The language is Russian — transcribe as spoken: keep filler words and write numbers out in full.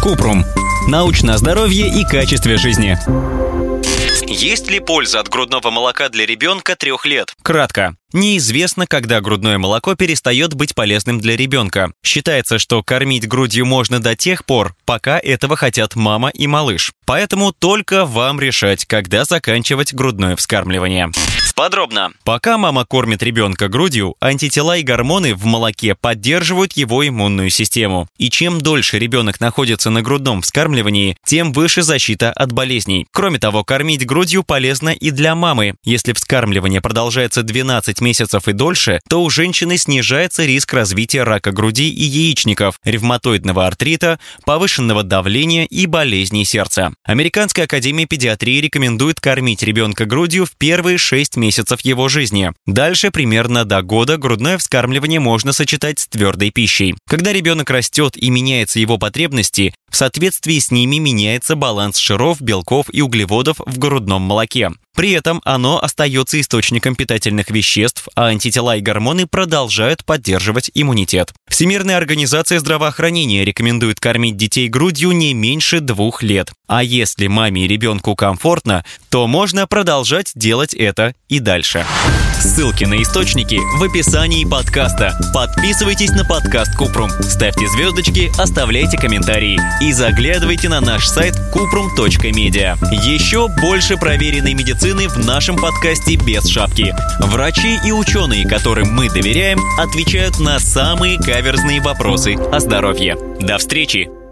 Купрум. Научное здоровье и качестве жизни. Есть ли польза от грудного молока для ребенка трех лет? Кратко. Неизвестно, когда грудное молоко перестает быть полезным для ребенка. Считается, что кормить грудью можно до тех пор, пока этого хотят мама и малыш. Поэтому только вам решать, когда заканчивать грудное вскармливание. Подробно. Пока мама кормит ребенка грудью, антитела и гормоны в молоке поддерживают его иммунную систему. И чем дольше ребенок находится на грудном вскармливании, тем выше защита от болезней. Кроме того, кормить грудью полезно и для мамы. Если вскармливание продолжается двенадцать месяцев и дольше, то у женщины снижается риск развития рака груди и яичников, ревматоидного артрита, повышенного давления и болезней сердца. Американская академия педиатрии рекомендует кормить ребенка грудью в первые шесть месяцев его жизни. Дальше, примерно до года, грудное вскармливание можно сочетать с твердой пищей. Когда ребенок растет и меняются его потребности, в соответствии с ними меняется баланс жиров, белков и углеводов в грудном молоке. При этом оно остается источником питательных веществ, а антитела и гормоны продолжают поддерживать иммунитет. Всемирная организация здравоохранения рекомендует кормить детей грудью не меньше двух лет. А если маме и ребенку комфортно, то можно продолжать делать это и дальше. Ссылки на источники в описании подкаста. Подписывайтесь на подкаст Купрум, ставьте звездочки, оставляйте комментарии и заглядывайте на наш сайт купрум точка медиа. Еще больше проверенной медицины в нашем подкасте без шапки. Врачи и ученые, которым мы доверяем, отвечают на самые каверзные вопросы о здоровье. До встречи!